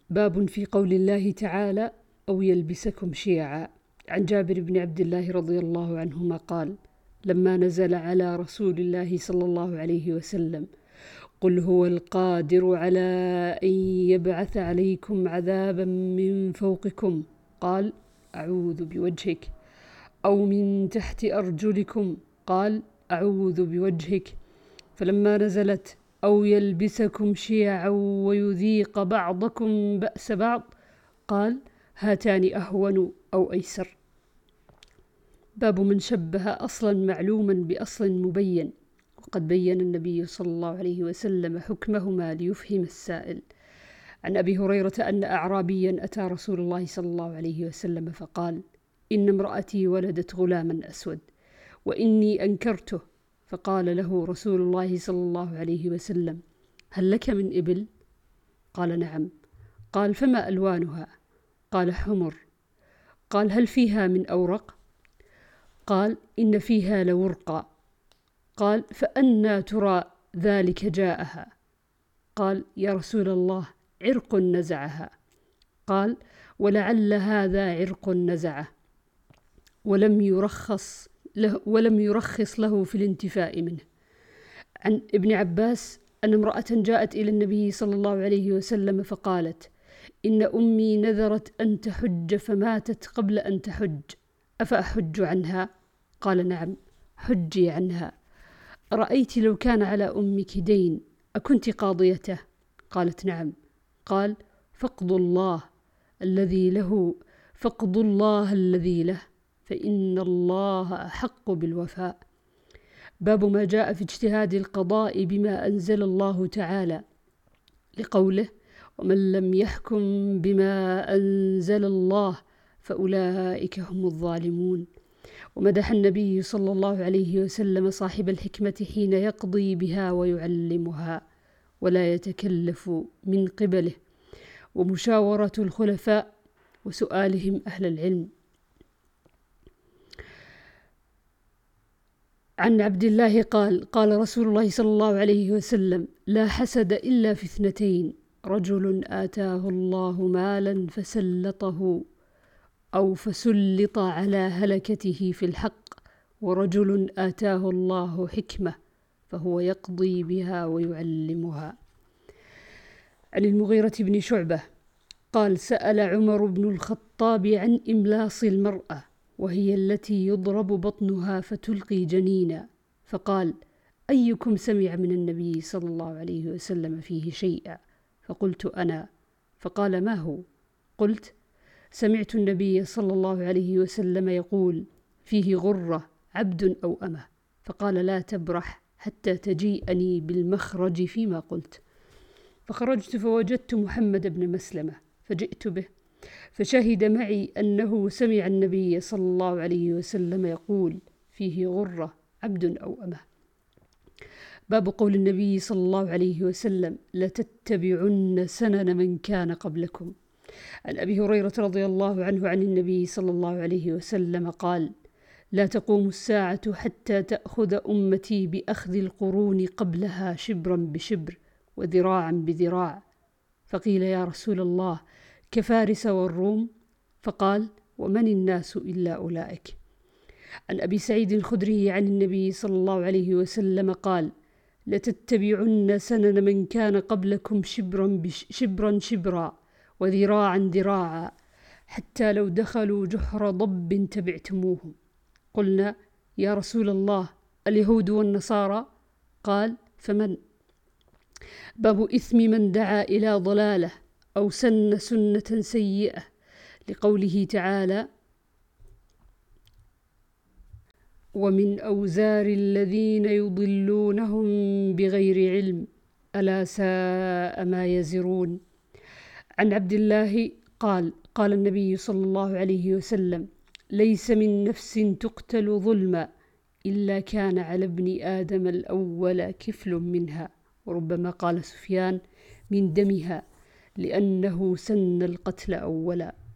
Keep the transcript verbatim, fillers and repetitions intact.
باب في قول الله تعالى: أو يلبسكم شيعا. عن جابر بن عبد الله رضي الله عنهما قال: لما نزل على رسول الله صلى الله عليه وسلم: قل هو القادر على أن يبعث عليكم عذابا من فوقكم، قال: أعوذ بوجهك. أو من تحت أرجلكم، قال: أعوذ بوجهك. فلما نزلت: أو يلبسكم شيعا ويذيق بعضكم بأس بعض، قال: هاتان أهون أو أيسر. باب من شبه أصلا معلوما بأصل مبين، وقد بين النبي صلى الله عليه وسلم حكمهما ليفهم السائل. عن أبي هريرة أن أعرابيا أتى رسول الله صلى الله عليه وسلم فقال: إن امرأتي ولدت غلاما أسود وإني أنكرته. فقال له رسول الله صلى الله عليه وسلم: هل لك من إبل؟ قال: نعم. قال: فما ألوانها؟ قال: حمر. قال: هل فيها من أورق؟ قال: إن فيها لورقا. قال: فأنى ترى ذلك جاءها؟ قال: يا رسول الله، عرق نزعها. قال: ولعل هذا عرق نزعه ولم يرخص له ولم يرخص له في الانتفاء منه. عن ابن عباس أن امرأة جاءت إلى النبي صلى الله عليه وسلم فقالت: إن أمي نذرت أن تحج فماتت قبل أن تحج، أفأحج عنها؟ قال: نعم، حجي عنها. رأيت لو كان على أمك دين أكنت قاضيته؟ قالت: نعم. قال: فاقضوا الله الذي له فاقضوا الله الذي له فإن الله أحق بالوفاء. باب ما جاء في اجتهاد القضاء بما أنزل الله تعالى، لقوله: ومن لم يحكم بما أنزل الله فأولئك هم الظالمون. ومدح النبي صلى الله عليه وسلم صاحب الحكمة حين يقضي بها ويعلمها ولا يتكلف من قبله، ومشاورة الخلفاء وسؤالهم أهل العلم. عن عبد الله قال: قال رسول الله صلى الله عليه وسلم: لا حسد إلا في اثنتين: رجل آتاه الله مالا فسلطه أو فسلط على هلكته في الحق، ورجل آتاه الله حكمة فهو يقضي بها ويعلمها. عن المغيرة بن شعبة قال: سأل عمر بن الخطاب عن إملاص المرأة، وهي التي يضرب بطنها فتلقي جنينا، فقال: أيكم سمع من النبي صلى الله عليه وسلم فيه شيئا؟ فقلت: أنا. فقال: ما هو؟ قلت: سمعت النبي صلى الله عليه وسلم يقول: فيه غرة عبد أو أمة. فقال: لا تبرح حتى تجيئني بالمخرج فيما قلت. فخرجت فوجدت محمد بن مسلمة فجئت به، فشهد معي أنه سمع النبي صلى الله عليه وسلم يقول: فيه غرة عبد أو أمة. باب قول النبي صلى الله عليه وسلم: لتتبعن سنن من كان قبلكم. عن أبي هريرة رضي الله عنه عن النبي صلى الله عليه وسلم قال: لا تقوم الساعة حتى تأخذ أمتي بأخذ القرون قبلها شبرا بشبر وذراعا بذراع. فقيل: يا رسول الله، كفارس والروم؟ فقال: ومن الناس إلا أولئك. عن أبي سعيد الخدري عن النبي صلى الله عليه وسلم قال: لتتبعن سنن من كان قبلكم شبرا شبرا شبرا وذراعا ذراعا، حتى لو دخلوا جحر ضب تبعتموهم. قلنا: يا رسول الله، اليهود والنصارى؟ قال: فمن؟ باب إثم من دعا إلى ضلاله أو سن سنة سيئة، لقوله تعالى: ومن أوزار الذين يضلونهم بغير علم ألا ساء ما يزرون. عن عبد الله قال: قال النبي صلى الله عليه وسلم: ليس من نفس تقتل ظلما إلا كان على ابن آدم الأول كفل منها. وربما قال سفيان: من دمها، لأنه سن القتل أولا.